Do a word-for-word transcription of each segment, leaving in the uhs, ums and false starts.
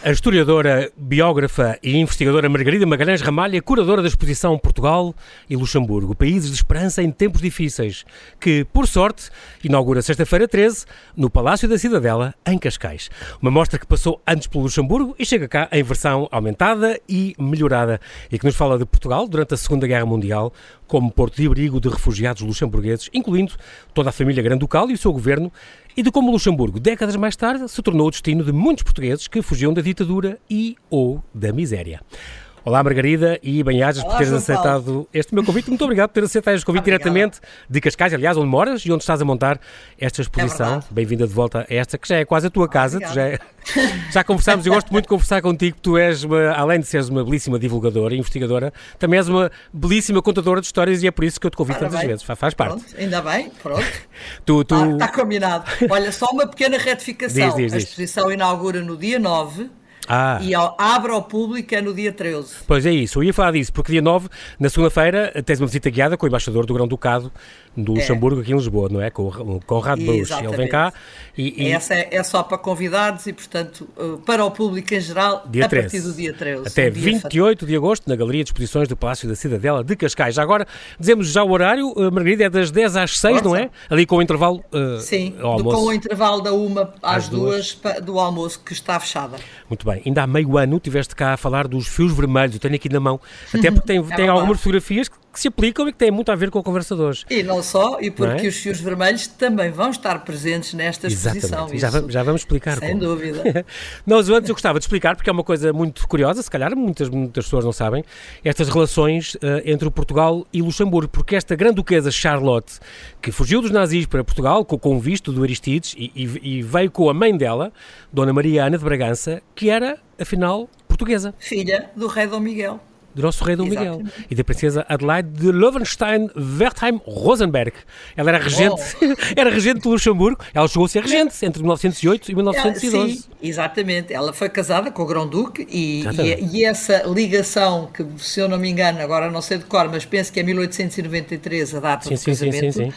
A historiadora, biógrafa e investigadora Margarida Magalhães Ramalho é curadora da exposição Portugal e Luxemburgo, países de esperança em tempos difíceis, que, por sorte, inaugura sexta-feira treze, no Palácio da Cidadela, em Cascais. Uma mostra que passou antes pelo Luxemburgo e chega cá em versão aumentada e melhorada, e que nos fala de Portugal durante a Segunda Guerra Mundial, como porto de abrigo de refugiados luxemburgueses, incluindo toda a família Grande-Ducal e o seu governo, e de como Luxemburgo, décadas mais tarde, se tornou o destino de muitos portugueses que fugiam da ditadura e ou da miséria. Olá, Margarida, e bem-ajas por teres aceitado Paulo. Este meu convite. Muito obrigado por ter aceitado este convite diretamente de Cascais, aliás, onde moras e onde estás a montar esta exposição. É Bem-vinda de volta a esta, que já é quase a tua casa. Tu já, é... já conversámos, eu gosto muito de conversar contigo, tu és, uma, além de seres uma belíssima divulgadora e investigadora, também és uma belíssima contadora de histórias e é por isso que eu te convido tantas vezes. Faz, faz parte. Pronto, ainda bem, pronto. tu, tu... Está, está combinado. Olha, só uma pequena retificação. Diz, diz, a diz. exposição inaugura no dia nove. Ah. E ao, abre ao público é no dia treze. Pois é isso, eu ia falar disso, porque dia nove, na segunda-feira, tens uma visita guiada com o embaixador do Grão-Ducado do Luxemburgo, é. aqui em Lisboa, não é? Com o Conrado Bruch. Ele vem cá e... e... Essa é, é só para convidados e, portanto, para o público em geral, dia a treze. Partir do dia treze. Até um vinte e oito de agosto, na Galeria de Exposições do Palácio da Cidadela de Cascais. Já agora, dizemos já o horário, Margarida, é das dez às seis, Força. Não é? Ali com o intervalo uh, Sim, ao almoço. Com o intervalo da uma às, às duas, duas do almoço, que está fechada. Muito bem. Ainda há meio ano tiveste cá a falar dos fios vermelhos, eu tenho aqui na mão, até porque tem, é tem algumas fotografias que, que se aplicam e que têm muito a ver com a conversa de hoje. E não só, e porque é? Os fios vermelhos também vão estar presentes nesta exposição. Exatamente, já vamos, já vamos explicar. Sem como. dúvida. Nós antes eu gostava de explicar, porque é uma coisa muito curiosa, se calhar muitas, muitas pessoas não sabem, estas relações uh, entre Portugal e Luxemburgo, porque esta grande-duquesa Charlotte, que fugiu dos nazis para Portugal com, com o visto do Aristides e, e, e veio com a mãe dela, Dona Maria Ana de Bragança, que era, afinal, portuguesa. Filha do rei Dom Miguel. Do nosso rei Dom Miguel. E da princesa Adelaide de Loewenstein-Wertheim-Rosenberg. Ela era regente, oh. era regente de Luxemburgo. Ela chegou a ser regente entre mil novecentos e oito e mil novecentos e doze. Sim, exatamente. Ela foi casada com o Grão-Duque e, e, e essa ligação, que se eu não me engano, agora não sei de cor, mas penso que é mil oitocentos e noventa e três a data sim, do sim, casamento. Sim, sim, sim.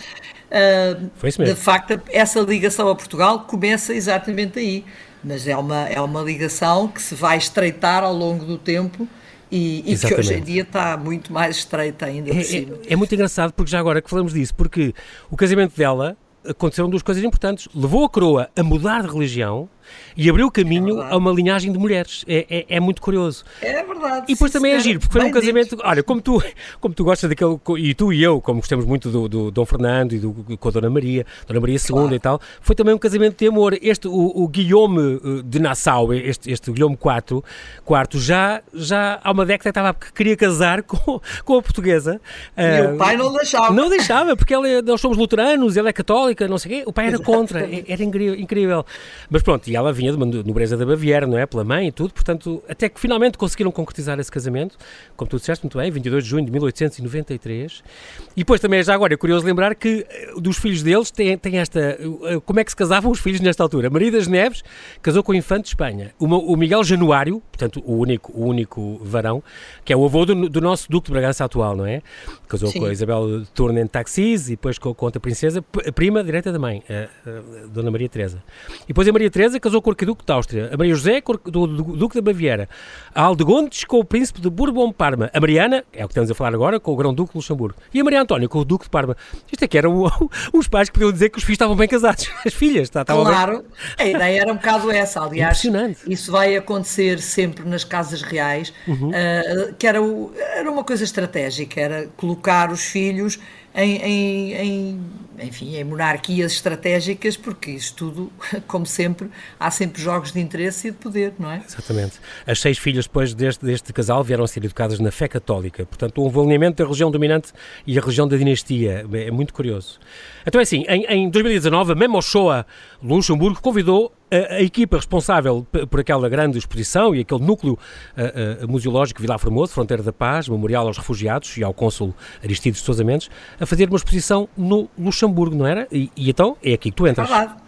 Uh, foi isso mesmo. De facto, essa ligação a Portugal começa exatamente aí. Mas é uma, é uma ligação que se vai estreitar ao longo do tempo. E, e que hoje em dia está muito mais estreita ainda por é, cima. É, é muito engraçado, porque já agora que falamos disso, porque o casamento dela aconteceram duas coisas importantes. Levou a coroa a mudar de religião e abriu o caminho é a uma linhagem de mulheres. É, é, é muito curioso. É verdade. E depois sim, também é giro, porque foi um casamento... Dito. Olha, como tu, como tu gostas daquele... E tu e eu, como gostamos muito do, do Dom Fernando e do, com a Dona Maria, Dona Maria segunda claro. E tal, foi também um casamento de amor. Este, o, o Guilherme de Nassau, este, este Guilherme quarto, quarto já, já há uma década estava, que queria casar com, com a portuguesa. E uh, o pai não deixava. Não deixava, porque ela, nós somos luteranos, ela é católica, não sei o quê. O pai era contra, era incrível. Mas pronto, e ela vinha de uma nobreza da Baviera, não é? Pela mãe e tudo, portanto, até que finalmente conseguiram concretizar esse casamento, como tu disseste muito bem, vinte e dois de junho de mil oitocentos e noventa e três. E depois também, já agora, é curioso lembrar que dos filhos deles tem, tem esta... Como é que se casavam os filhos nesta altura? Maria das Neves casou com o infante de Espanha. O, o Miguel Januário, portanto, o único, o único varão, que é o avô do, do nosso Duque de Bragança atual, não é? Casou Sim. com a Isabel de Tourne em Taxis e depois com, com outra princesa, a prima direita da mãe, a, a Dona Maria Teresa. E depois a Maria Teresa casou com o Arquiduque de Áustria, a Maria José com o do, do, Duque da Baviera, a Aldegontes com o Príncipe de Bourbon-Parma, a Mariana, é o que estamos a falar agora, com o Grão-Duque de Luxemburgo, e a Maria Antónia com o Duque de Parma. Isto aqui eram os pais que podiam dizer que os filhos estavam bem casados, as filhas. Estavam claro, bem... a ideia era um bocado essa, aliás, impressionante. Isso vai acontecer sempre nas casas reais, uhum. uh, que era, o, era uma coisa estratégica, era colocar os filhos Em, em, em, enfim, em monarquias estratégicas, porque isso tudo, como sempre, há sempre jogos de interesse e de poder, não é? Exatamente. As seis filhas depois deste, deste casal vieram a ser educadas na fé católica, portanto um alinhamento da religião dominante e a religião da dinastia, é muito curioso. Então é assim, em, em dois mil e dezanove, a Memo Shoa Luxemburgo convidou a, a equipa responsável p- por aquela grande exposição e aquele núcleo uh, uh, museológico Vilar Formoso, Fronteira da Paz, Memorial aos Refugiados e ao cônsul Aristides de Sousa Mendes, a fazer uma exposição no Luxemburgo, não era? E, e então é aqui que tu entras. Verdade.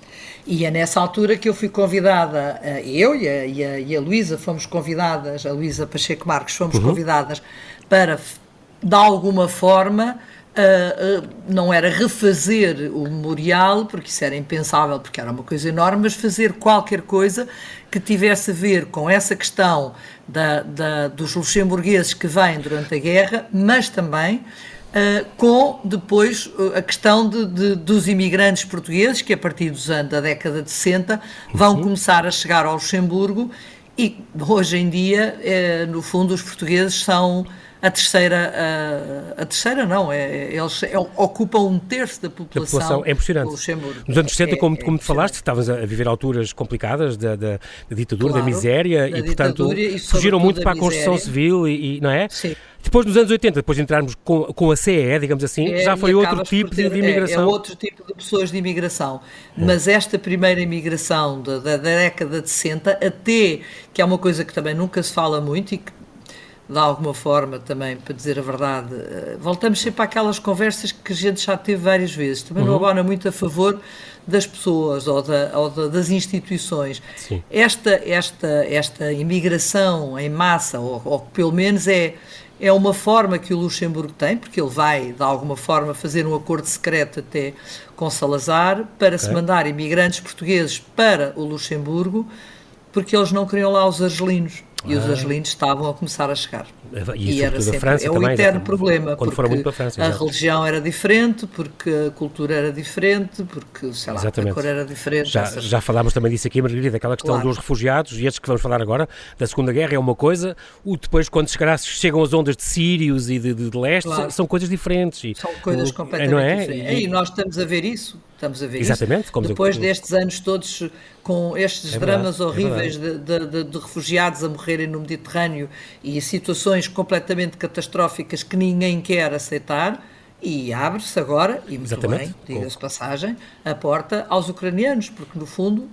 E é nessa altura que eu fui convidada, eu e a, e a, e a Luísa fomos convidadas, a Luísa Pacheco Marques, fomos uhum. convidadas para, de alguma forma, Uh, uh, não era refazer o memorial, porque isso era impensável, porque era uma coisa enorme, mas fazer qualquer coisa que tivesse a ver com essa questão da, da, dos luxemburgueses que vêm durante a guerra, mas também uh, com depois uh, a questão de, de, dos imigrantes portugueses, que a partir dos anos da década de sessenta vão uhum. começar a chegar ao Luxemburgo, e hoje em dia, eh, no fundo, os portugueses são a terceira, a, a terceira não, é, eles é, ocupam um terço da população, da população. É impressionante. Do Luxemburgo. Nos anos sessenta, é, como, é como te falaste, estavas a viver alturas complicadas da, da, da ditadura, claro, da miséria, da e portanto e fugiram muito para a construção civil, e, e, não é? Sim. Depois, nos anos oitenta, depois de entrarmos com, com a C E E, digamos assim, é, já foi outro tipo ter, de imigração. É, é outro tipo de pessoas de imigração. É. Mas esta primeira imigração da, da, da década de sessenta, até, que é uma coisa que também nunca se fala muito e que, de alguma forma, também, para dizer a verdade, voltamos sempre àquelas conversas que a gente já teve várias vezes. Também uhum. não abona muito a favor das pessoas ou, da, ou da, das instituições. Sim. Esta, esta, esta imigração em massa, ou, ou pelo menos é... É uma forma que o Luxemburgo tem, porque ele vai, de alguma forma, fazer um acordo secreto até com Salazar para okay. se mandar imigrantes portugueses para o Luxemburgo, porque eles não queriam lá os argelinos. E ah. os argelinos estavam a começar a chegar. E, e era sempre, França é o também, eterno já, problema, quando porque muito para a França, a exatamente. religião era diferente, porque a cultura era diferente, porque, sei lá, exatamente. A cor era diferente. Já, essas... já falámos também disso aqui, Margarida, aquela questão claro. dos refugiados, e estes que vamos falar agora, da Segunda Guerra, é uma coisa, o depois, quando chegará, chegam as ondas de sírios e de, de, de leste, claro. são coisas diferentes. E, são coisas o, completamente não é? diferentes. E, e nós estamos a ver isso. Estamos a ver Exatamente, isso. Como Depois eu... destes anos todos, com estes é dramas verdade, horríveis é de, de, de, de refugiados a morrerem no Mediterrâneo e situações completamente catastróficas que ninguém quer aceitar, e abre-se agora, e muito Exatamente. bem, diga-se passagem, a porta aos ucranianos, porque no fundo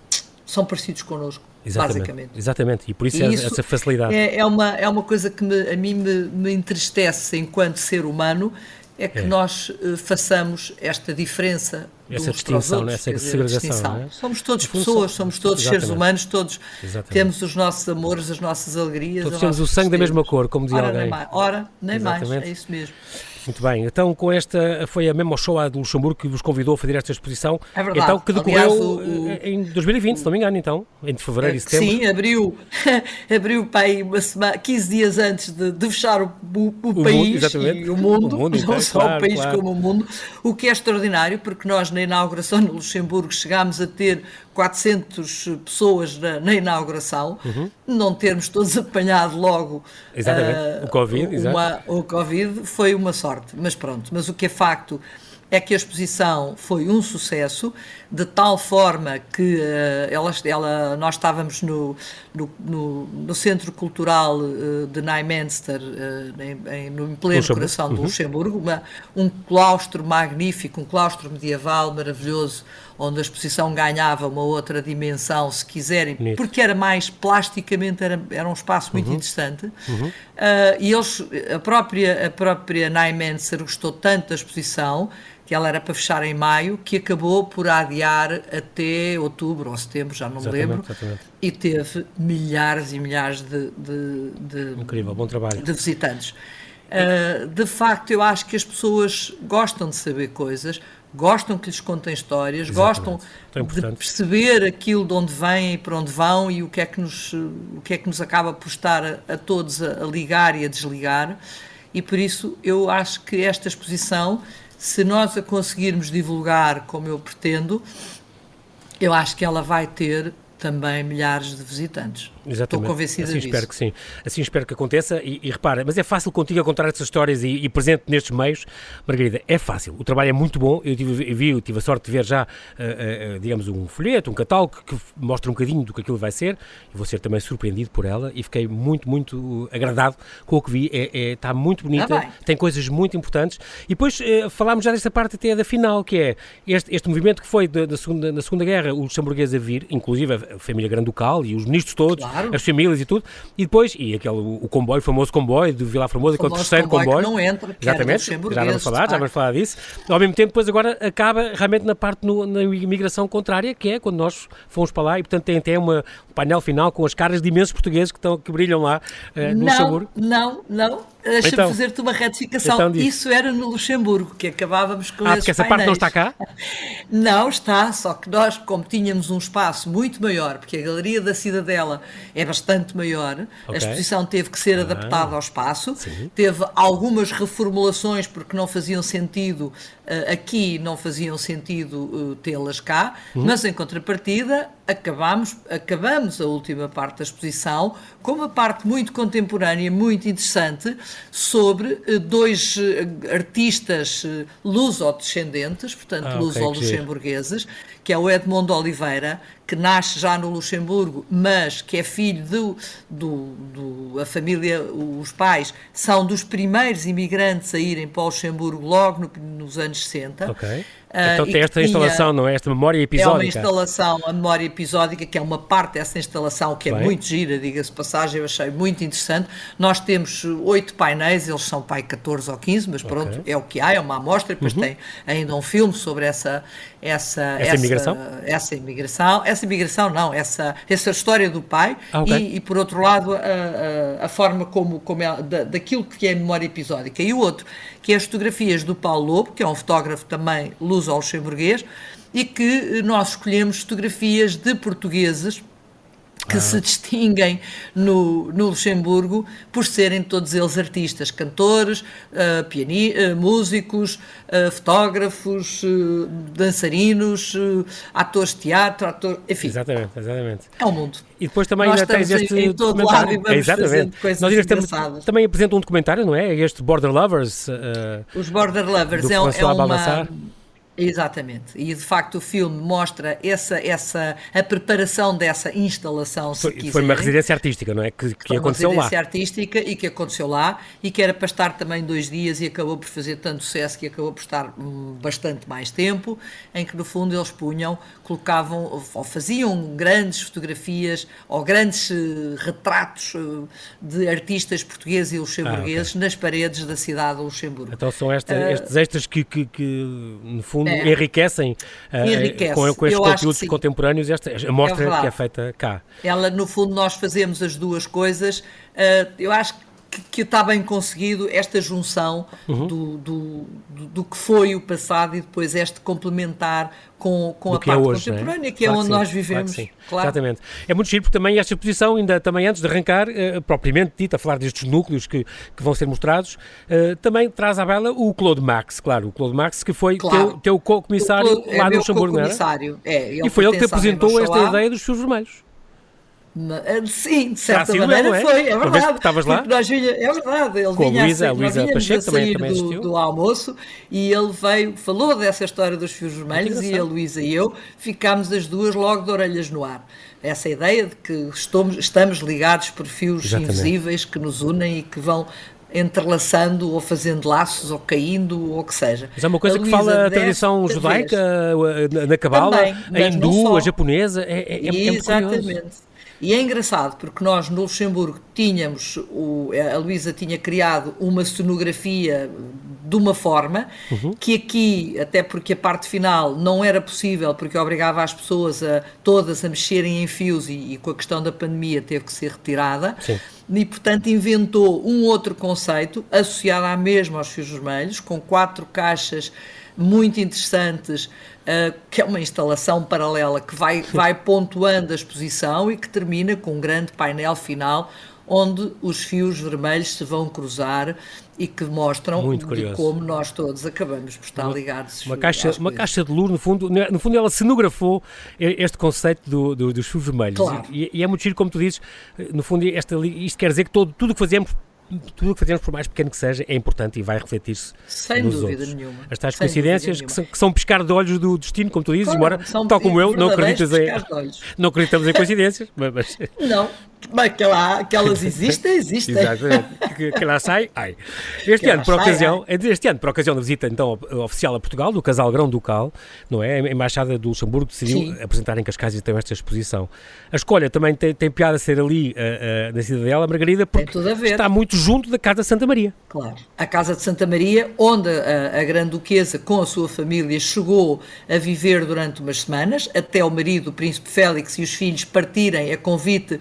são parecidos connosco. Exatamente, basicamente. Exatamente, e por isso, e é, isso essa facilidade. É, é, uma, é uma coisa que me, a mim me, me entristece enquanto ser humano, é que é. nós uh, façamos esta diferença essa uns distinção, outros, essa dizer, segregação. Não é? Somos todos pessoas, somos todos Exatamente. seres humanos, todos Exatamente. temos os nossos amores, as nossas alegrias. Todos temos o sangue da mesma cor, como dizia ora, alguém. Nem mais. Ora, nem Exatamente. mais, é isso mesmo. Muito bem, então com esta, foi a Memo Show de Luxemburgo que vos convidou a fazer esta exposição. É verdade. Então, que decorreu Aliás, o, o, em dois mil e vinte, o, se não me engano, então, entre fevereiro e setembro. Sim, abriu, abriu para aí uma semana, quinze dias antes de, de fechar o, o, o, o país mundo, e o mundo, o mundo não inteiro, só claro, o país claro. como o mundo, o que é extraordinário, porque nós na inauguração no Luxemburgo chegámos a ter quatrocentas pessoas na, na inauguração, uhum. não termos todos apanhado logo exatamente. Uh, o Covid, uma, o Covid foi uma sorte, mas pronto, mas o que é facto é que a exposição foi um sucesso, de tal forma que uh, ela, ela, nós estávamos no, no, no, no Centro Cultural uh, de Neumünster, uh, em, em, no pleno Luxemburgo. coração do uhum. Luxemburgo, uma, um claustro magnífico, um claustro medieval maravilhoso, onde a exposição ganhava uma outra dimensão, se quiserem, Bonito. porque era mais plasticamente, era, era um espaço muito uhum. interessante. Uhum. Uh, e eles, a própria, a própria Neumünster gostou tanto da exposição, que ela era para fechar em maio, que acabou por adiar até outubro ou setembro, já não me lembro, exatamente. E teve milhares e milhares de, de, de, Incrível, bom trabalho. de visitantes. Uh, de facto, eu acho que as pessoas gostam de saber coisas, gostam que lhes contem histórias, exatamente. gostam de perceber aquilo de onde vêm e para onde vão e o que é que nos, o que é que nos acaba por estar a, a todos a, a ligar e a desligar, e por isso eu acho que esta exposição, se nós a conseguirmos divulgar como eu pretendo, eu acho que ela vai ter também milhares de visitantes. Exatamente. Estou convencida assim disso. Espero que sim. Assim espero que aconteça e, e repara, mas é fácil contigo a contar essas histórias e, e presente nestes meios, Margarida, é fácil. O trabalho é muito bom. Eu tive, eu vi, eu tive a sorte de ver já, uh, uh, digamos, um folheto, um catálogo que mostra um bocadinho do que aquilo vai ser. Eu vou ser também surpreendido por ela e fiquei muito, muito agradado com o que vi. É, é, está muito bonita, ah, tem coisas muito importantes. E depois uh, falámos já desta parte até da final, que é este, este movimento que foi da, da segunda, na Segunda Guerra, o luxemburguês a vir, inclusive a família Granducal e os ministros todos, claro. As famílias e tudo, e depois, e aquele, o, o comboio, o famoso comboio de Vila Formosa, que é o terceiro comboio. comboio. Que não entra, que exatamente, já vamos falar, já vamos falar disso. Ao mesmo tempo, depois agora acaba realmente na parte, no, na imigração contrária, que é quando nós fomos para lá, e portanto tem até uma, um painel final com as caras de imensos portugueses que, estão, que brilham lá uh, no não, Luxemburgo. Não, não, deixa-me então, fazer-te uma retificação. Então Isso era no Luxemburgo, que acabávamos com ah, esses porque essa painéis. parte não está cá? Não está, só que nós, como tínhamos um espaço muito maior, porque a Galeria da Cidadela é bastante maior, okay. A exposição teve que ser adaptada ah, ao espaço, sim. Teve algumas reformulações porque não faziam sentido uh, aqui, não faziam sentido uh, tê-las cá, uhum. Mas em contrapartida acabamos, acabamos a última parte da exposição com uma parte muito contemporânea, muito interessante, sobre uh, dois uh, artistas uh, luso-descendentes, portanto ah, okay, luso-luxemburgueses, que é o Edmondo Oliveira, que nasce já no Luxemburgo, mas que é filho do, do, do... a família, os pais, são dos primeiros imigrantes a irem para o Luxemburgo logo no, nos anos sessenta. Ok. Então uh, tem esta instalação, não é? Esta memória episódica. É uma instalação, a memória episódica, que é uma parte dessa instalação que é Bem. muito gira, diga-se passagem, eu achei muito interessante. Nós temos oito painéis, eles são pai catorze ou quinze, mas pronto, okay. É o que há, é uma amostra, depois uhum. tem ainda um filme sobre essa, essa, essa, essa imigração. Essa imigração, essa imigração não, essa, essa história do pai ah, okay. e, e por outro lado a, a, a forma como, como é, da, daquilo que é a memória episódica. E o outro, que é as fotografias do Paulo Lobo, que é um fotógrafo também luso-luxemburguês, e que nós escolhemos fotografias de portugueses que ah. se distinguem no, no Luxemburgo por serem todos eles artistas, cantores, uh, piani- uh, músicos, uh, fotógrafos, uh, dançarinos, uh, atores de teatro, atores, enfim. Exatamente, exatamente. É o mundo. E depois também Nós ainda tens este em, em todo lado e vamos exatamente. Coisas Nós engraçadas. Também apresenta um documentário, não é? Este Border Lovers. Uh, Os Border Lovers é, é uma... Balmassar. Exatamente, e de facto o filme mostra essa, essa, a preparação dessa instalação, se foi, quiserem. Foi uma residência artística, não é? Que, que aconteceu lá. Uma residência artística e que aconteceu lá e que era para estar também dois dias e acabou por fazer tanto sucesso que acabou por estar hum, bastante mais tempo, em que no fundo eles punham, colocavam ou faziam grandes fotografias ou grandes uh, retratos uh, de artistas portugueses e luxemburgueses ah, okay. nas paredes da cidade de Luxemburgo. Então são esta, uh, estes extras que, que, que no fundo É. enriquecem uh, Enriquece. com, com estes eu conteúdos contemporâneos esta, a mostra é que é feita cá. Ela, no fundo, nós fazemos as duas coisas. Uh, eu acho que, que está bem conseguido esta junção uhum. do, do, do, do que foi o passado e depois este complementar com, com a parte é hoje, contemporânea, é? que é claro onde que nós vivemos. Claro claro. Exatamente. É muito giro, porque também esta exposição, ainda também antes de arrancar, uh, propriamente dita, a falar destes núcleos que, que vão ser mostrados, uh, também traz à baila o Claude Max, claro, o Claude Max, que foi claro. teu, teu co-comissário lá é no Luxemburgo, não é? É, e foi ele que te apresentou esta ideia dos fios vermelhos. Sim, de certa maneira é? foi, é verdade. Estavas lá? Nós vinha, é verdade, ele com vinha a Luísa, a, a Luísa Pacheco também, também do, do almoço e ele veio, falou dessa história dos fios vermelhos e a Luísa e eu ficámos as duas logo de orelhas no ar. Essa ideia de que estamos, estamos ligados por fios Exatamente. invisíveis que nos unem e que vão entrelaçando ou fazendo laços ou caindo ou o que seja. Mas é uma coisa que fala a tradição judaica, na cabala, a hindu, a japonesa, é, é, é Exatamente. Curioso. E é engraçado porque nós no Luxemburgo tínhamos, o, a Luísa tinha criado uma cenografia de uma forma uhum. que aqui, até porque a parte final não era possível porque obrigava as pessoas a todas a mexerem em fios e, e com a questão da pandemia teve que ser retirada. Sim. E, portanto, inventou um outro conceito associado à mesma aos fios vermelhos, com quatro caixas muito interessantes, uh, que é uma instalação paralela que vai, vai pontuando a exposição e que termina com um grande painel final onde os fios vermelhos se vão cruzar e que mostram de como nós todos acabamos por estar ligados. Uma caixa, uma caixa de luz, no fundo, no fundo ela cenografou este conceito do, do, dos fios vermelhos. Claro. E, e é muito giro, como tu dizes, no fundo esta, isto quer dizer que todo, tudo o que fazemos tudo o que fazemos, por mais pequeno que seja, é importante e vai refletir-se sem nos dúvida outros. Nenhuma. As tais coincidências que são, que são piscar de olhos do destino, como tu dizes, claro, embora, são, tal como eu, não, acreditas em, de não acreditamos em coincidências. Mas, mas... Não, mas que, lá, que elas existem, existem. Exatamente, que, que lá sai, ai. Este que ano, por sai, ocasião, ai. este ano, por ocasião da visita então, oficial a Portugal, do casal Grão-Ducal, não é? A Embaixada do Luxemburgo decidiu Sim. apresentar em Cascais e tem esta exposição. A escolha também tem, tem piada a ser ali, uh, uh, na Cidadela, Margarida, porque está muito junto da Casa de Santa Maria. Claro, a Casa de Santa Maria, onde a, a Grande Duquesa, com a sua família, chegou a viver durante umas semanas, até o marido, o Príncipe Félix, e os filhos partirem a convite de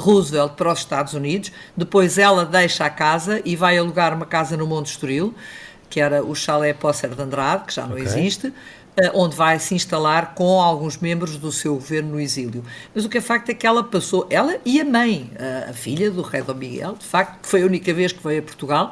Roosevelt para os Estados Unidos. Depois ela deixa a casa e vai alugar uma casa no Monte Estoril, que era o Chalé Pócer de Andrade, que já não okay. existe, onde vai se instalar com alguns membros do seu governo no exílio. Mas o que é facto é que ela passou, ela e a mãe, a, a filha do rei Dom Miguel, de facto, foi a única vez que veio a Portugal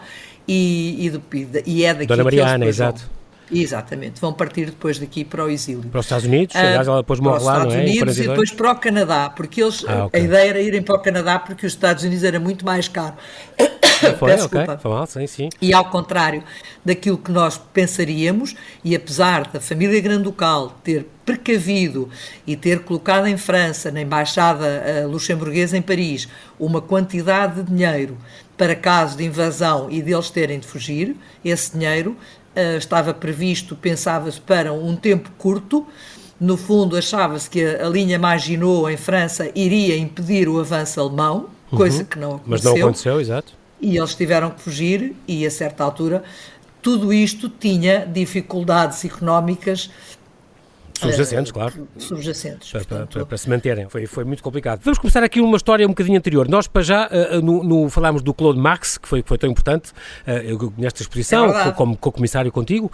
e, e, e é daqui Dona que Mariana, eles exato. Vão. Exatamente, vão partir depois daqui para o exílio. Para os Estados Unidos, aliás, ela depois morre lá, não é? Para os Estados Unidos e depois para o Canadá, porque eles, ah, okay. a ideia era irem para o Canadá porque os Estados Unidos era muito mais caro. Foi, Peço ok, desculpa. Foi mal, sim, sim. E ao contrário daquilo que nós pensaríamos, e apesar da família Granducal ter precavido e ter colocado em França, na embaixada uh, luxemburguesa em Paris, uma quantidade de dinheiro para caso de invasão e deles terem de fugir, esse dinheiro uh, estava previsto, pensava-se, para um tempo curto. No fundo, achava-se que a, a linha Maginot em França iria impedir o avanço alemão, coisa uhum. que não aconteceu. Mas não aconteceu, exato. E eles tiveram que fugir e, a certa altura, tudo isto tinha dificuldades económicas subjacentes, uh, claro. Subjacentes. Para, portanto, para, para se manterem. Foi, foi muito complicado. Vamos começar aqui uma história um bocadinho anterior. Nós, para já, uh, no, no, falámos do Claude Marx, que foi, que foi tão importante uh, nesta exposição, é como co-comissário contigo,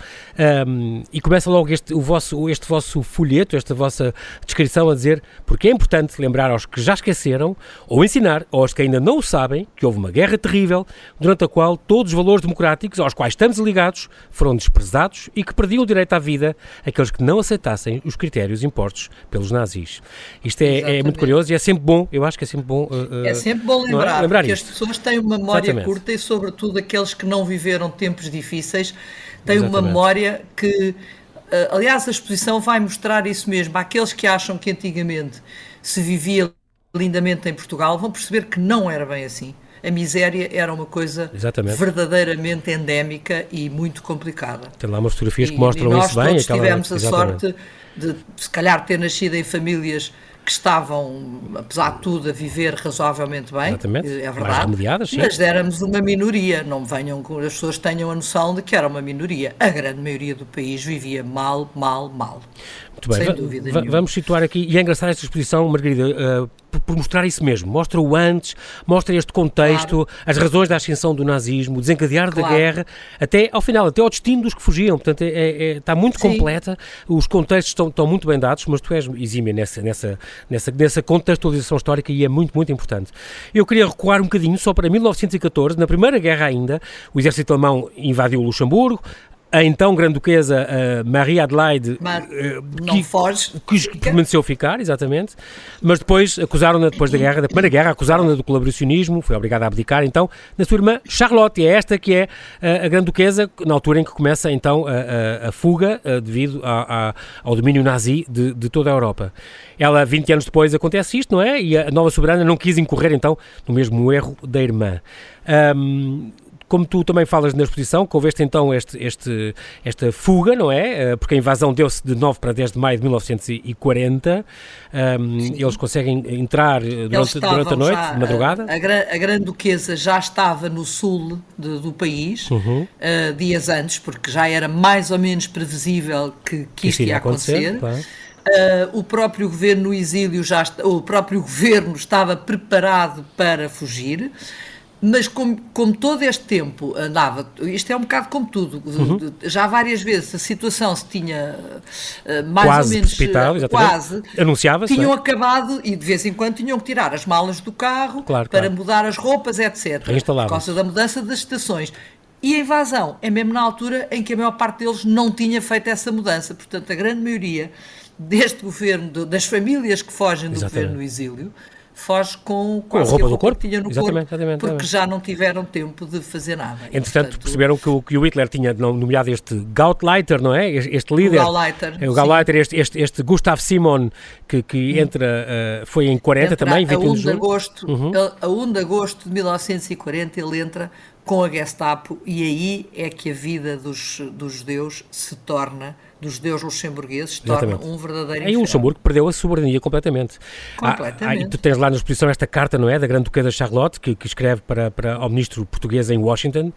um, e começa logo este, o vosso, este vosso folheto, esta vossa descrição a dizer porque é importante lembrar aos que já esqueceram, ou ensinar aos que ainda não o sabem, que houve uma guerra terrível, durante a qual todos os valores democráticos aos quais estamos ligados foram desprezados e que perdiam o direito à vida aqueles que não aceitassem os critérios impostos pelos nazis. Isto é, é muito curioso e é sempre bom, eu acho que é sempre bom uh, é sempre bom lembrar, é? lembrar porque isto. As pessoas têm uma memória Exatamente. curta e sobretudo aqueles que não viveram tempos difíceis têm Exatamente. uma memória que, uh, aliás a exposição vai mostrar isso mesmo. Aqueles que acham que antigamente se vivia lindamente em Portugal vão perceber que não era bem assim. A miséria era uma coisa Exatamente. verdadeiramente endémica e muito complicada. Tem lá umas fotografias que mostram isso bem. Nós tivemos a Exatamente. sorte de, se calhar, ter nascido em famílias que estavam, apesar de tudo, a viver razoavelmente bem, Exatamente. é verdade, mais remediadas, sim. Mas éramos uma minoria, não venham, as pessoas tenham a noção de que era uma minoria. A grande maioria do país vivia mal, mal, mal. Muito bem, sem dúvida v- vamos situar aqui, e é engraçado esta exposição, Margarida, uh, por, por mostrar isso mesmo, mostra o antes, mostra este contexto, claro. as razões da ascensão do nazismo, o desencadear claro. da guerra, até ao final, até ao destino dos que fugiam, portanto é, é, é, está muito Sim. completa, os contextos estão, estão muito bem dados, mas tu és exímia nessa, nessa, nessa, nessa contextualização histórica e é muito, muito importante. Eu queria recuar um bocadinho só para mil novecentos e catorze, na Primeira Guerra ainda, o exército alemão invadiu o Luxemburgo, a então Grande-Duquesa uh, Marie Adelaide mas, uh, não que, foge, que permaneceu ficar, exatamente, mas depois acusaram-na, depois da guerra, da Primeira Guerra, acusaram-na do colaboracionismo, foi obrigada a abdicar, então, na sua irmã Charlotte, e é esta que é uh, a Grande-Duquesa, na altura em que começa então a, a, a fuga uh, devido a, a, ao domínio nazi de, de toda a Europa. Ela, vinte anos depois, acontece isto, não é? E a nova soberana não quis incorrer, então, no mesmo erro da irmã. Um, Como tu também falas na exposição, que houveste então este, este, esta fuga, não é? Porque a invasão deu-se de nove para dez de maio de mil novecentos e quarenta. Um, eles conseguem entrar durante, durante a noite, já, de madrugada. A, a, a Grande-Duquesa já estava no sul de, do país, uhum. uh, dias antes, porque já era mais ou menos previsível que, que isto ia acontecer. acontecer. Claro. Uh, o próprio governo no exílio, já, o próprio governo estava preparado para fugir. Mas como, como todo este tempo andava, isto é um bocado como tudo, uhum. já várias vezes a situação se tinha uh, mais quase ou menos precipitado, quase, anunciava-se, tinham é? acabado e de vez em quando tinham que tirar as malas do carro claro, para claro. mudar as roupas, etcétera. Por causa da mudança das estações. E a invasão é mesmo na altura em que a maior parte deles não tinha feito essa mudança. Portanto, a grande maioria deste governo, das famílias que fogem do Exatamente. governo no exílio, foge com, com a roupa, a roupa do corpo, que tinha no exatamente, corpo exatamente, porque exatamente. já não tiveram tempo de fazer nada. Entretanto, portanto, perceberam que o, que o Hitler tinha nomeado este Gauleiter, não é? Este líder. O Gauleiter. É o Gauleiter, este, este, este Gustav Simon, que, que entra, uh, foi em quarenta entra também, vinte e um de agosto, uhum. A um de agosto de mil novecentos e quarenta ele entra com a Gestapo e aí é que a vida dos, dos judeus se torna, dos judeus luxemburgueses, se torna um verdadeiro Aí o Luxemburgo perdeu a soberania completamente. Completamente. Ah, ah, tu tens lá na exposição esta carta, não é, da Grande-Duquesa Charlotte, que, que escreve para, para o ministro português em Washington,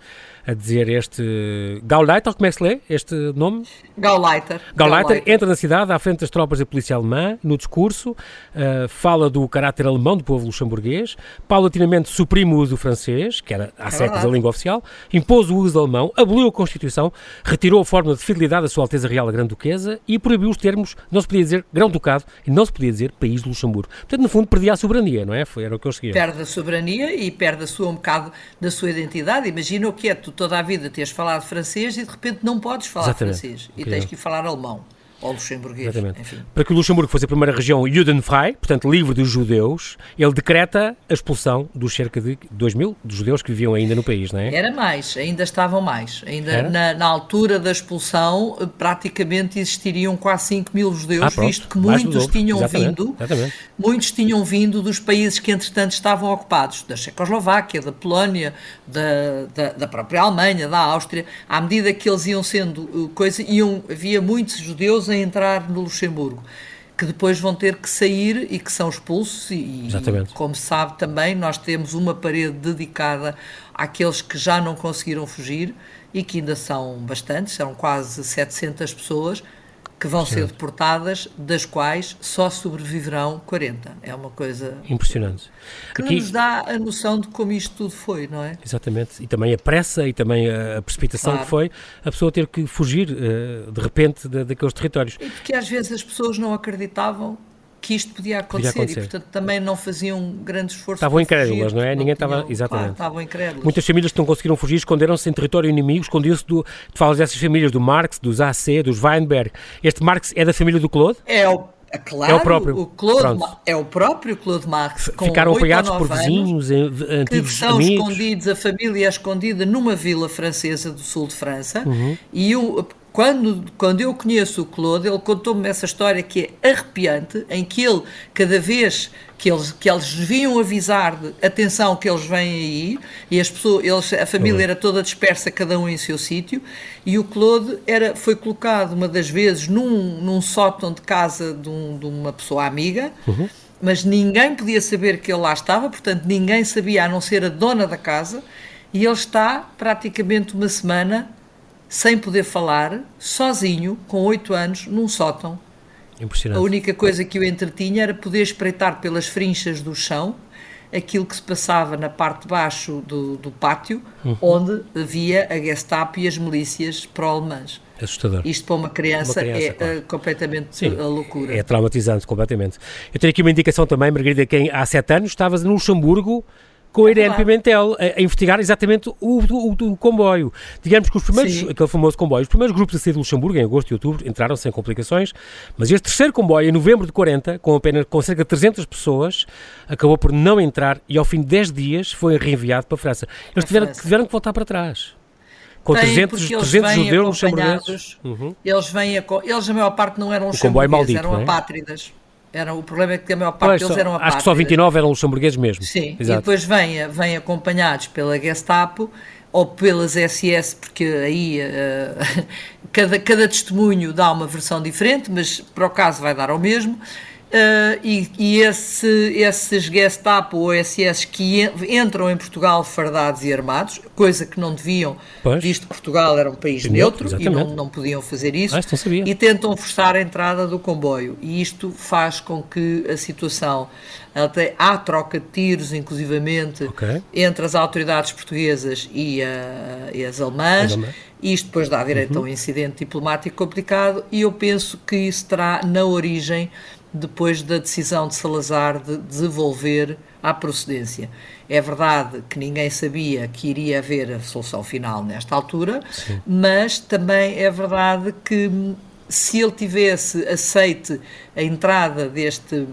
a dizer este Gauleiter, como é que se lê este nome? Gauleiter. Gauleiter entra na cidade à frente das tropas da polícia alemã, no discurso, uh, fala do caráter alemão do povo luxemburguês, paulatinamente suprime o uso do francês, que era há é séculos verdade. a língua oficial, impôs o uso do alemão, aboliu a Constituição, retirou a forma de fidelidade da Sua Alteza Real a Grã-Duquesa e proibiu os termos, não se podia dizer Grão-Ducado e não se podia dizer País de Luxemburgo. Portanto, no fundo, perdia a soberania, não é? Foi, era o que eu seguia. Perde a soberania e perde a sua, um bocado da sua identidade. Imagina o que é tu toda a vida teres falado francês e de repente não podes falar Exatamente. francês e tens que ir falar alemão. Ou luxemburguês, Exatamente. Enfim. Para que o Luxemburgo fosse a primeira região judenfrei, portanto livre dos judeus, ele decreta a expulsão dos cerca de dois mil de judeus que viviam ainda no país, não é? Era mais, ainda estavam mais. Ainda na, na altura da expulsão, praticamente existiriam quase cinco mil judeus, ah, visto que muitos tinham Exatamente. vindo, Exatamente. muitos tinham vindo dos países que entretanto estavam ocupados, da Checoslováquia, da Polónia, da, da, da própria Alemanha, da Áustria. À medida que eles iam sendo coisa, iam, havia muitos judeus a entrar no Luxemburgo, que depois vão ter que sair e que são expulsos e, e como se sabe também, nós temos uma parede dedicada àqueles que já não conseguiram fugir e que ainda são bastantes, são quase setecentas pessoas que vão ser deportadas, das quais só sobreviverão quarenta. É uma coisa impressionante. Que Aqui... nos dá a noção de como isto tudo foi, não é? Exatamente. E também a pressa e também a precipitação claro. que foi a pessoa ter que fugir uh, de repente da, daqueles territórios. E porque às vezes as pessoas não acreditavam que isto podia acontecer, podia acontecer. E, portanto, também não faziam grande esforço. Estavam incrédulas, não é? Não Ninguém estava... Exatamente. Claro, estavam incrédulas. Muitas famílias que não conseguiram fugir esconderam-se em território inimigo, escondiam-se do... Tu falas dessas famílias, do Marx, dos A C, dos Weinberg. Este Marx é da família do Claude? É o... Claro, é o próprio. O Claude Ma... é o próprio Claude Marx. Com Ficaram apoiados por vizinhos, anos, antigos que são amigos. escondidos, a família é escondida numa vila francesa do sul de França, uhum. e o... Quando, quando eu conheço o Claude, ele contou-me essa história que é arrepiante, em que ele, cada vez que eles, que eles deviam avisar de atenção que eles vêm aí, e as pessoas, eles, a família uhum. era toda dispersa, cada um em seu sítio, e o Claude era, foi colocado uma das vezes num, num sótão de casa de, um, de uma pessoa amiga, uhum. mas ninguém podia saber que ele lá estava, portanto ninguém sabia, a não ser a dona da casa, e ele está praticamente uma semana sem poder falar, sozinho, com oito anos, num sótão. Impressionante. A única coisa que o entretinha era poder espreitar pelas frinchas do chão aquilo que se passava na parte de baixo do, do pátio, uhum. onde havia a Gestapo e as milícias pró-alemãs. Assustador. Isto para uma criança, uma criança é claro. uh, completamente Sim, a loucura. É traumatizante, completamente. Eu tenho aqui uma indicação também, Margarida, que há sete anos estavas no Luxemburgo com a Irene Pimentel, a, a investigar exatamente o, o, o comboio. Digamos que os primeiros, Sim. aquele famoso comboio, os primeiros grupos a sair de Luxemburgo, em agosto e outubro, entraram sem complicações, mas este terceiro comboio, em novembro de quarenta, com apenas com cerca de trezentas pessoas, acabou por não entrar e ao fim de dez dias foi reenviado para a França. Eles tiveram, tiveram que voltar para trás. Com Tem, trezentos, trezentos judeus luxemburgueses. Uhum. Eles vêm, a, eles a maior parte não eram luxemburgueses, eram apátridas. Era, o problema é que a maior parte pois, deles eram apátridas. Acho que só vinte e nove eram luxemburgueses mesmo. Sim, Exato. E depois vêm, vêm acompanhados pela Gestapo ou pelas S S, porque aí uh, cada, cada testemunho dá uma versão diferente, mas para o caso vai dar ao mesmo. Uh, e e esse, esses Gestapo ou S S que en, entram em Portugal fardados e armados, coisa que não deviam, pois. visto que Portugal era um país neutro, neutro e não, não podiam fazer isso, ah, e tentam forçar a entrada do comboio. E isto faz com que a situação, até há troca de tiros, inclusivamente, okay. entre as autoridades portuguesas e, a, e as alemãs. Alemã. Isto depois dá direito uhum. a um incidente diplomático complicado, e eu penso que isso terá na origem depois da decisão de Salazar de devolver à procedência. É verdade que ninguém sabia que iria haver a solução final nesta altura, Sim. mas também é verdade que se ele tivesse aceite a entrada deste,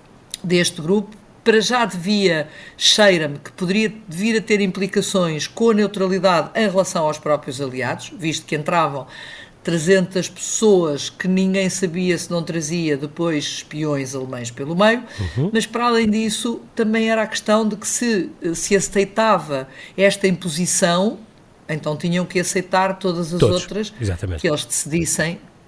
deste grupo, para já devia, cheira-me, que poderia vir a ter implicações com a neutralidade em relação aos próprios aliados, visto que entravam trezentas pessoas que ninguém sabia se não trazia depois espiões alemães pelo meio, uhum. mas para além disso também era a questão de que se, se aceitava esta imposição, então tinham que aceitar todas as Todos. outras Exatamente. que eles decidissem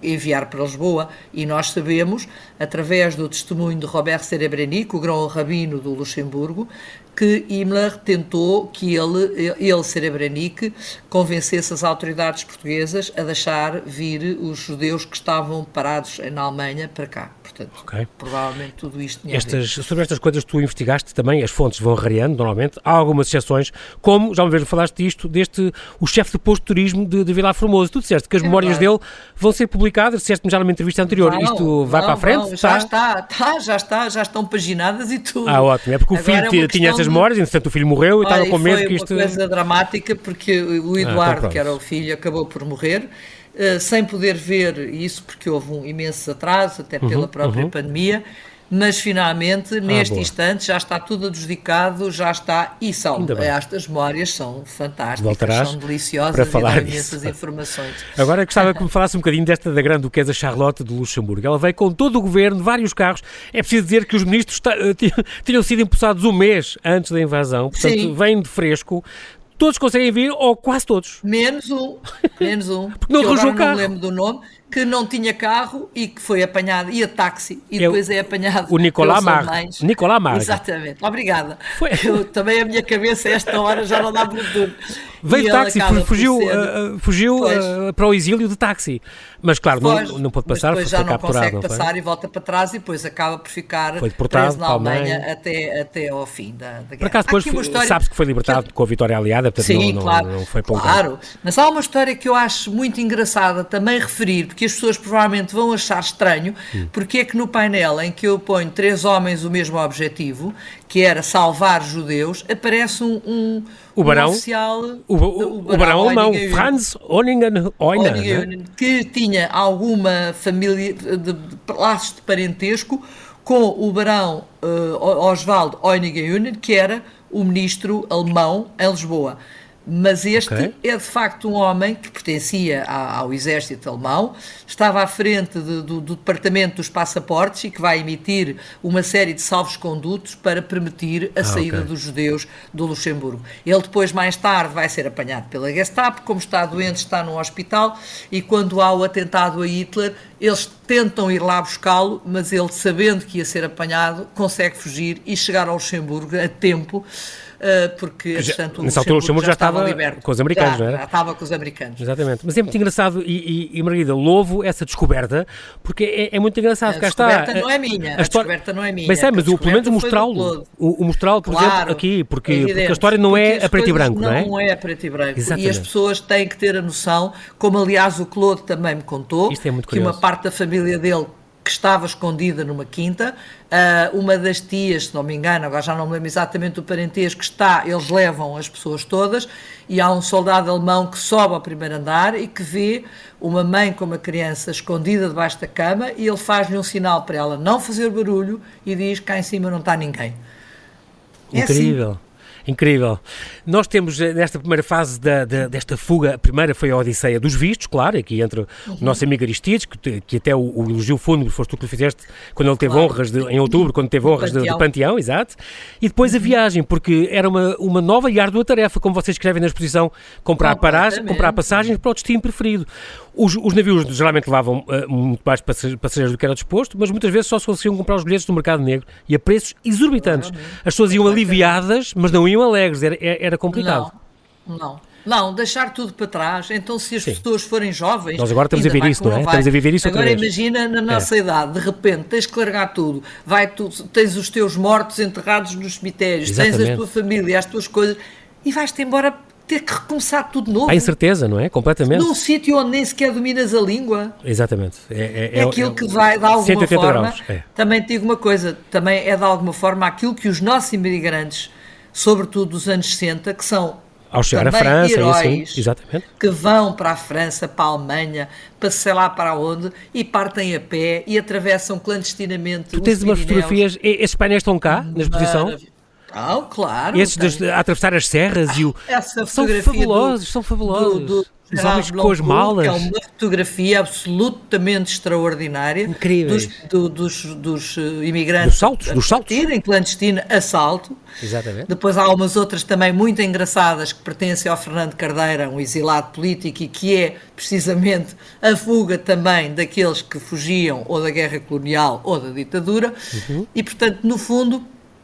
enviar para Lisboa, e nós sabemos, através do testemunho de Robert Serebrennik, o grão-rabino do Luxemburgo, que Himmler tentou que ele, ele, Serebrennik, convencesse as autoridades portuguesas a deixar vir os judeus que estavam parados na Alemanha para cá. Portanto, okay. Provavelmente tudo isto tinha estas, sobre estas coisas que tu investigaste também, as fontes vão rareando, normalmente. Há algumas exceções, como, já uma vez falaste disto, deste, o chefe de posto de turismo de, de Vilar Formoso. Tu disseste que as é memórias verdade. dele vão ser publicadas, disseste-me já numa entrevista anterior. Não, isto vai não, para a frente? Não, já está, tá, já está, já estão paginadas e tudo. Ah, ótimo. É porque o Agora filho é tinha essas memórias, entretanto o filho morreu e estava com medo que isto... Foi uma coisa dramática, porque o Eduardo, ah, que era o filho, acabou por morrer, uh, sem poder ver isso, porque houve um imenso atraso, até pela uhum, própria uhum. pandemia, mas finalmente, ah, neste boa. instante, já está tudo adjudicado, já está, e são, estas memórias são fantásticas, Voltarás são deliciosas para falar e dão imensas disso. informações. Agora gostava que me falasse um bocadinho desta da grande duquesa Charlotte de Luxemburgo. Ela veio com todo o governo, vários carros. É preciso dizer que os ministros tinham sido empossados um mês antes da invasão, portanto, Sim. vêm de fresco. Todos conseguem vir, ou quase todos. Menos um, menos um, porque não arranjou o carro. Não me lembro do nome, que não tinha carro e que foi apanhado, ia táxi, e é depois é apanhado o Nicolas Mar. Nicolas Mar. Exatamente, obrigada. Foi. Eu, também a minha cabeça a esta hora já não dá muito tudo. Veio de táxi, fugiu, ser... uh, fugiu uh, para o exílio de táxi. Mas claro, pois, não, não pode passar, depois já foi não capturado, consegue não passar e volta para trás e depois acaba por ficar foi deportado preso na Alemanha até, até ao fim da, da guerra. Por acaso depois história... sabe-se que foi libertado que... com a vitória aliada, portanto Sim, não, claro, não, não foi para um claro. Lugar. Mas há uma história que eu acho muito engraçada também referir, porque as pessoas provavelmente vão achar estranho, hum. porque é que no painel em que eu ponho três homens o mesmo objetivo, que era salvar judeus, aparece um, um, o barão, um oficial... O, o, o barão, barão alemão, Franz Oningen, que tinha alguma família de, de laços de parentesco com o barão uh, Oswald Oningen, que era o ministro alemão em Lisboa. Mas este okay. é de facto um homem que pertencia ao exército alemão, estava à frente de, do, do departamento dos passaportes e que vai emitir uma série de salvos-condutos para permitir a ah, saída okay. dos judeus do Luxemburgo. Ele depois, mais tarde, vai ser apanhado pela Gestapo, como está doente, está no hospital, e quando há o atentado a Hitler, eles tentam ir lá buscá-lo, mas ele, sabendo que ia ser apanhado, consegue fugir e chegar ao Luxemburgo a tempo. Uh, porque, já, portanto, nessa altura o Luxemburgo já, já estava liberto. com os americanos, já, não era? Já estava com os americanos. Exatamente. Mas é muito engraçado e, e, e Margarida, louvo essa descoberta, porque é, é muito engraçado. A Cá descoberta está. não é minha. A, a história... descoberta não é minha. Mas, é, mas o, pelo menos o mostrá-lo. O, o mostrá-lo, por claro, exemplo, aqui, porque, é porque a história não é a preto e branco, não não é? Não é a preto e branco. Exatamente. E as pessoas têm que ter a noção, como aliás o Claude também me contou, Isto é muito que uma parte da família dele que estava escondida numa quinta, uh, uma das tias, se não me engano, agora já não me lembro exatamente do parentesco, está, eles levam as pessoas todas, e há um soldado alemão que sobe ao primeiro andar e que vê uma mãe com uma criança escondida debaixo da cama, e ele faz-lhe um sinal para ela não fazer barulho e diz que cá em cima não está ninguém. Incrível. É assim. Incrível. Nós temos, nesta primeira fase da, da, desta fuga, a primeira foi a Odisseia dos Vistos, claro, aqui entre uhum. o nosso amigo Aristides, que, que até o, o elogio fúnebre foste tu que lhe fizeste quando ele teve claro. honras, de, em outubro, quando teve honras do Panteão. De, de Panteão, exato. E depois uhum. a viagem, porque era uma, uma nova e árdua tarefa, como vocês escrevem na exposição, comprar, paragem, comprar passagens para o destino preferido. Os, os navios geralmente levavam uh, muito mais passageiros do que era disposto, mas muitas vezes só se conseguiam comprar os bilhetes no mercado negro e a preços exorbitantes. As pessoas iam aliviadas, mas não iam alegres, era, era complicado. Não, não. Não, deixar tudo para trás. Então, se as Sim. pessoas forem jovens... Nós agora estamos a ver isso, não é? Vai. Estamos a viver isso outra Agora vez. Imagina, na nossa é. idade, de repente, tens que largar tudo. Vai tu, tens os teus mortos enterrados nos cemitérios, Exatamente. tens a tua família, as tuas coisas, e vais-te embora ter que recomeçar tudo de novo. Há incerteza, não é? Completamente. Num sítio onde nem sequer dominas a língua. Exatamente. É, é, é aquilo é, que vai, de alguma forma... Graus. É. Também te digo uma coisa, também é de alguma forma aquilo que os nossos imigrantes, sobretudo dos anos sessenta, que são ao chegar à França, heróis assim, exatamente. que vão para a França, para a Alemanha, para sei lá para onde, e partem a pé e atravessam clandestinamente. Tu tens umas fotografias, esses painéis estão cá, na exposição? Oh, claro. Esses dos, a atravessar as serras ah, e o... Essa são fabulosos, do, são fabulosos. Do, do Os homens com as malas. Que é uma fotografia absolutamente extraordinária. Incríveis. Dos, do, dos, dos imigrantes. Dos saltos, dos saltos. Em clandestino, assalto. Exatamente. Depois há umas outras também muito engraçadas que pertencem ao Fernando Cardeira, um exilado político, e que é precisamente a fuga também daqueles que fugiam ou da guerra colonial ou da ditadura. Uhum. E, portanto, no fundo,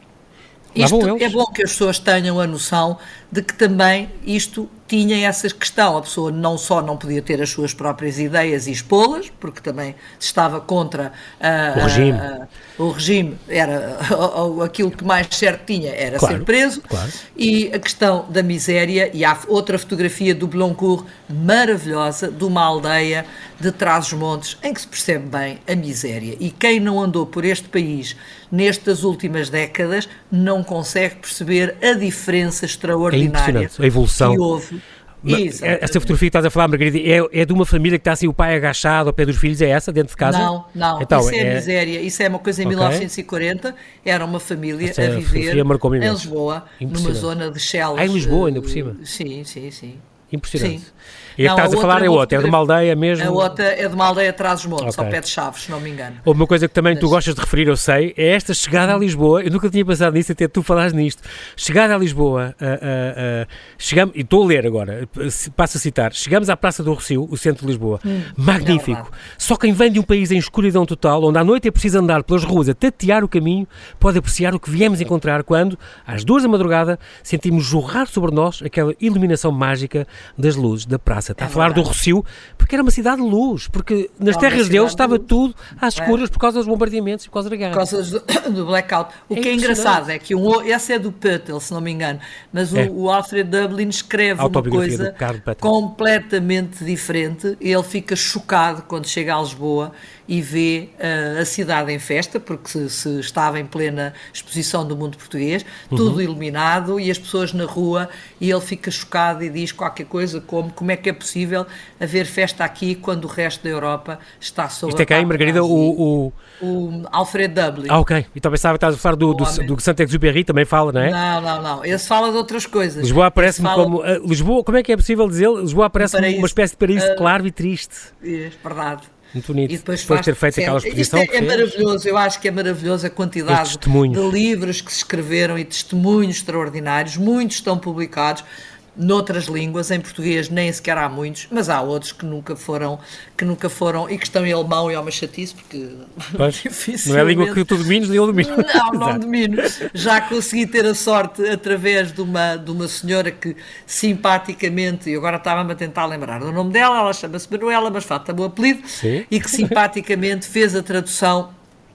isto é bom que as pessoas tenham a noção de que também isto tinha essa questão. A pessoa não só não podia ter as suas próprias ideias e expô-las, porque também se estava contra uh, o regime. Uh, uh, o regime, era uh, aquilo que mais certo tinha era claro, ser preso, claro. E a questão da miséria, e há outra fotografia do Blancourt maravilhosa, de uma aldeia de Trás-os-Montes, em que se percebe bem a miséria. E quem não andou por este país nestas últimas décadas não consegue perceber a diferença extraordinária é a evolução que houve. Esta fotografia que estás a falar, Margarida, é, é de uma família que está assim, o pai agachado ao pé dos filhos, é essa, dentro de casa? Não, não, então, isso é, é miséria, isso é uma coisa em okay. mil novecentos e quarenta, era uma família Esta a viver em imenso. Lisboa, numa zona de Chelas. Ah, em Lisboa, ainda por cima? Sim, sim, sim. Impressionante. Sim. E a que estás a falar é outra, é de uma aldeia mesmo? A outra é de uma aldeia atrás dos montes, okay. ao pé de Chaves, se não me engano. Uma coisa que também Mas... tu gostas de referir, eu sei, é esta chegada a Lisboa. Eu nunca tinha pensado nisso, até tu falares nisto. Chegada a Lisboa, uh, uh, uh, chegamos, e estou a ler agora, passo a citar, chegamos à Praça do Rossio, o centro de Lisboa. Hum, Magnífico. É Só quem vem de um país em escuridão total, onde à noite é preciso andar pelas ruas a tatear o caminho, pode apreciar o que viemos encontrar quando, às duas da madrugada, sentimos jorrar sobre nós aquela iluminação mágica das luzes da praça. Está é a falar verdade. do Rossio, porque era uma cidade de luz, porque nas é terras deles estava de tudo às escuras é. por causa dos bombardeamentos e por causa da guerra. Por causa do, do blackout. O é que é engraçado é que um, esse é do Pöttl, se não me engano, mas é. o, o Alfred Dublin escreve uma coisa completamente diferente. Ele fica chocado quando chega a Lisboa e vê uh, a cidade em festa, porque se, se estava em plena exposição do mundo português, uhum. tudo iluminado e as pessoas na rua, e ele fica chocado e diz qualquer coisa como como é que é possível haver festa aqui quando o resto da Europa está sob Isto é quem, Margarida? O, o... o Alfred Dublin. Ah, ok. Então pensava que estás a falar do, do, do, do Saint-Exupéry, também fala, não é? Não, não, não. Esse fala de outras coisas. Lisboa aparece-me fala... como... Uh, Lisboa, como é que é possível dizer? Lisboa aparece-me uma espécie de paraíso uh, claro e triste. É verdade. Muito bonito. E depois, depois de ter feito aquela exposição. Isto é, é maravilhoso, eu acho que é maravilhoso a quantidade de livros que se escreveram e testemunhos extraordinários, muitos estão publicados noutras línguas, em português nem sequer há muitos, mas há outros que nunca foram, que nunca foram e que estão em alemão, e é uma chatice, porque pois, não é a língua que tu dominas, nem eu domino. Não, não domino. Já consegui ter a sorte através de uma, de uma senhora que simpaticamente, e agora estava-me a tentar lembrar do nome dela, ela chama-se Manuela, mas falta o apelido, Sim. e que simpaticamente fez a tradução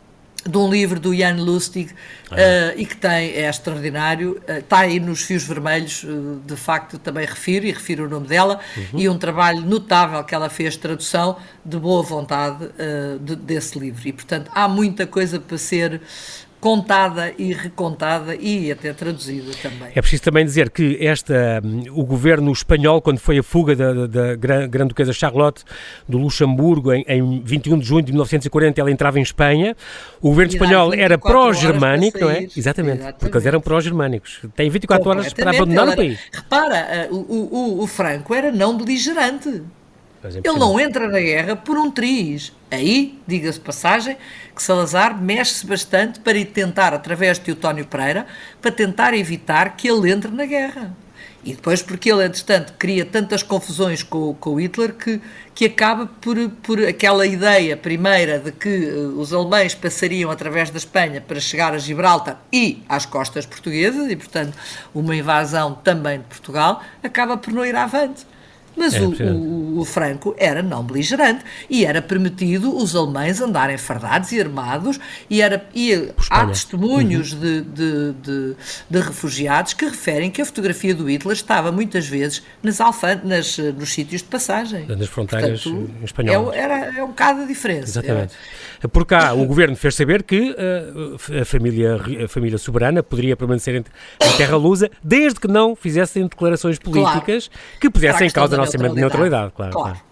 de um livro do Jan Lustig, ah. uh, e que tem, é extraordinário, uh, está aí nos fios vermelhos, uh, de facto também refiro, e refiro o nome dela, uhum. e um trabalho notável que ela fez, tradução de boa vontade uh, de, desse livro, e portanto há muita coisa para ser contada e recontada e até traduzida também. É preciso também dizer que esta, o governo espanhol, quando foi a fuga da, da, da Grã-Duquesa Charlotte do Luxemburgo em, em vinte e um de junho de mil novecentos e quarenta, ela entrava em Espanha, o governo espanhol era pró-germânico, não é? Exatamente, Exatamente, porque eles eram pró-germânicos. Tem vinte e quatro horas para abandonar o país. Repara, o, o, o Franco era não beligerante. Ele não entra na guerra por um triz. Aí, diga-se passagem, que Salazar mexe-se bastante para ir tentar, através de Teutónio Pereira, para tentar evitar que ele entre na guerra. E depois porque ele, entretanto, cria tantas confusões com, com o Hitler que, que acaba por, por aquela ideia primeira de que uh, os alemães passariam através da Espanha para chegar a Gibraltar e às costas portuguesas, e, portanto, uma invasão também de Portugal, acaba por não ir avante. Mas é, o, o, o Franco era não beligerante e era permitido os alemães andarem fardados e armados, e, era, e há testemunhos uhum. de, de, de, de refugiados que referem que a fotografia do Hitler estava muitas vezes nas alfan- nas, nos sítios de passagem. Nas fronteiras espanholas. É, era, é um bocado a diferença. Exatamente. Era. Por cá, o governo fez saber que uh, a, família, a família soberana poderia permanecer em, em terra lusa, desde que não fizessem declarações políticas claro. que pusessem em causa a nossa neutralidade, claro. claro. claro.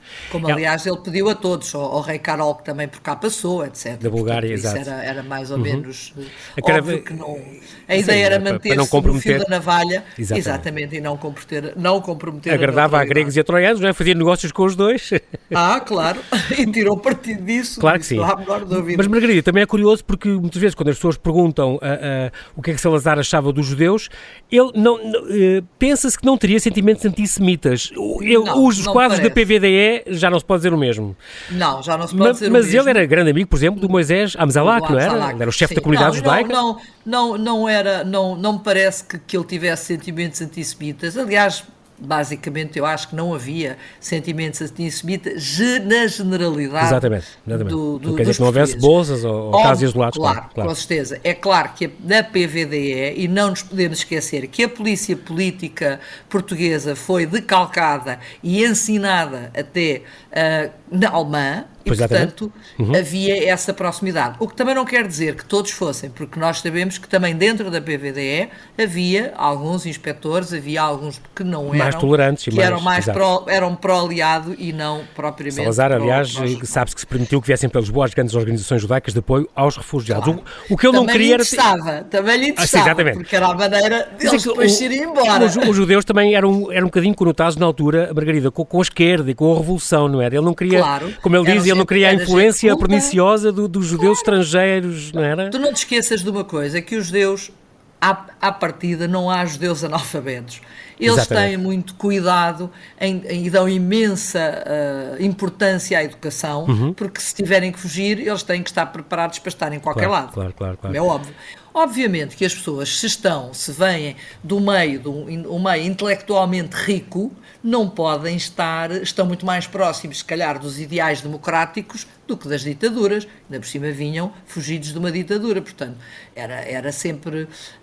Como, aliás, é, ele pediu a todos, ao, ao rei Carol, que também por cá passou, etcétera. Da Bulgária, exato. Era, era mais ou uhum. menos a cara... óbvio que não... A ideia Sim, era manter-se no fio da navalha, exatamente, exatamente e não comprometer, não comprometer agradava a, a gregos e a troianos, não é? Fazia negócios com os dois. Ah, claro, e tirou partido disso. Claro que sim. Mas, Margarida, também é curioso porque muitas vezes quando as pessoas perguntam uh, uh, o que é que Salazar achava dos judeus, ele não, não uh, pensa-se que não teria sentimentos antissemitas. Ele, não, os não quadros parece. Da P V D E já não se pode dizer o mesmo. Não, já não se pode mas, dizer mas o mesmo. Mas ele era grande amigo, por exemplo, do Moisés Amzalak, não era? Ele era o chefe da comunidade não, judaica. Não, não, não, era, não, não me parece que, que ele tivesse sentimentos antissemitas. Aliás, basicamente eu acho que não havia sentimentos antissemitas na generalidade. Exatamente, exatamente. Do, do, não quer dizer que não houvesse bolsas ou, ou casos isolados. Claro, claro, claro, com certeza. É claro que na P V D E, e não nos podemos esquecer que a polícia política portuguesa foi decalcada e ensinada até uh, na alemã, e, pois portanto, uhum. havia essa proximidade. O que também não quer dizer que todos fossem, porque nós sabemos que também dentro da P V D E havia alguns inspectores, havia alguns que não eram... Mais tolerantes. Que e mais, eram mais pró, eram pró-aliado e não propriamente... Salazar, aliás, sabe-se que se permitiu que viessem para Lisboa as grandes organizações judaicas de apoio aos refugiados. Claro. O, o que ele também não queria lhe interessava, era... Também lhe interessava, ah, sim, porque era a maneira deles depois irem embora. Os, os judeus também eram, eram um bocadinho conotados na altura, Margarida, com, com a esquerda e com a revolução, não era? Ele não queria, claro, como ele diz, ele não queria a influência a perniciosa do, dos judeus claro. Estrangeiros, não era? Tu não te esqueças de uma coisa, é que os judeus, à, à partida, não há judeus analfabetos. Eles Exatamente. Têm muito cuidado em, em, e dão imensa uh, importância à educação, uhum. porque se tiverem que fugir, eles têm que estar preparados para estar em qualquer claro, lado. Claro, claro, claro. É óbvio. Obviamente que as pessoas, se estão, se vêm do meio, de um, um meio intelectualmente rico, não podem estar, estão muito mais próximos, se calhar, dos ideais democráticos do que das ditaduras. Ainda por cima vinham fugidos de uma ditadura. Portanto, era, era sempre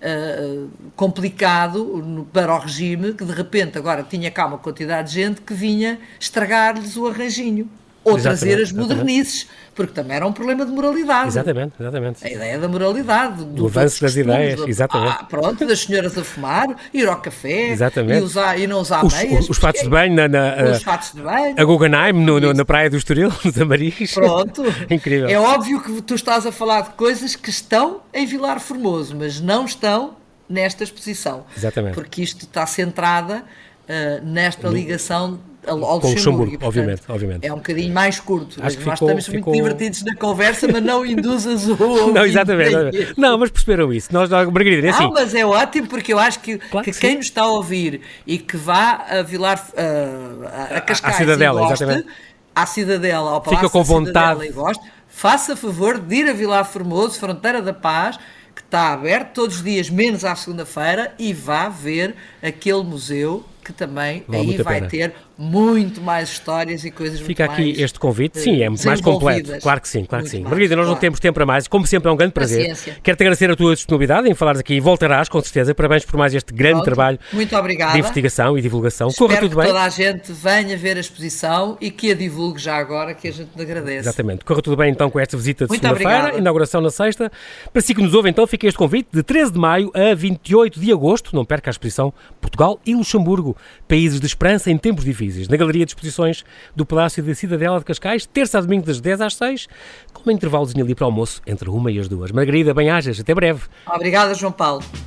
uh, complicado no, para o regime, que de repente agora tinha cá uma quantidade de gente que vinha estragar-lhes o arranjinho. Ou exatamente, trazer as modernices, exatamente. Porque também era um problema de moralidade. Exatamente, exatamente. A ideia da moralidade. Do, do avanço das ideias, do, exatamente. Ah, pronto, das senhoras a fumar, ir ao café, exatamente. E, usar, e não usar os, meias. Os, os fatos de banho na, na, os fatos de banho, a Guggenheim, no, no, na praia do Estoril, no Tamariz. Pronto. Incrível. É óbvio que tu estás a falar de coisas que estão em Vilar Formoso, mas não estão nesta exposição. Exatamente. Porque isto está centrada uh, nesta ligação ao com Luxemburgo, Luxemburgo, portanto, obviamente, obviamente. É um bocadinho mais curto. Acho que Nós ficou, estamos ficou... muito divertidos na conversa, mas não induzas o Não, exatamente. Não, não, mas perceberam isso. Nós, Margarida, é assim. Não, mas é ótimo, porque eu acho que, claro que, que quem nos está a ouvir e que vá a Vilar, a, a Cascais, à Cidadela, e goste, exatamente. à Cidadela, ao Palácio Fica com da vontade. Cidadela e goste, faça favor de ir a Vilar Formoso, Fronteira da Paz, que está aberto todos os dias, menos à segunda-feira, e vá ver aquele museu que também vale aí vai ter muito mais histórias e coisas Fica muito aqui mais, este convite, sim, é mais completo. Claro que sim, claro que sim. Margarida, nós claro. Não temos tempo para mais, como sempre é um grande prazer. Quero-te agradecer a tua disponibilidade em falares aqui e voltarás, com certeza. Parabéns por mais este grande Pronto. Trabalho muito obrigada. De investigação e divulgação. Espero Corra tudo que bem. toda a gente venha ver a exposição e que a divulgue já agora, que a gente lhe agradece. Exatamente. Corra tudo bem então com esta visita de muito segunda-feira, obrigada. Inauguração na sexta. Para si que nos ouve, então, fica este convite de treze de maio a vinte e oito de agosto. Não perca a exposição Portugal e Luxemburgo, países de esperança em tempos difíceis, na Galeria de Exposições do Palácio da Cidadela de Cascais, terça a domingo das dez às seis, com um intervalozinho ali para o almoço entre uma e as duas. Margarida, bem-ajas, até breve. Obrigada, João Paulo.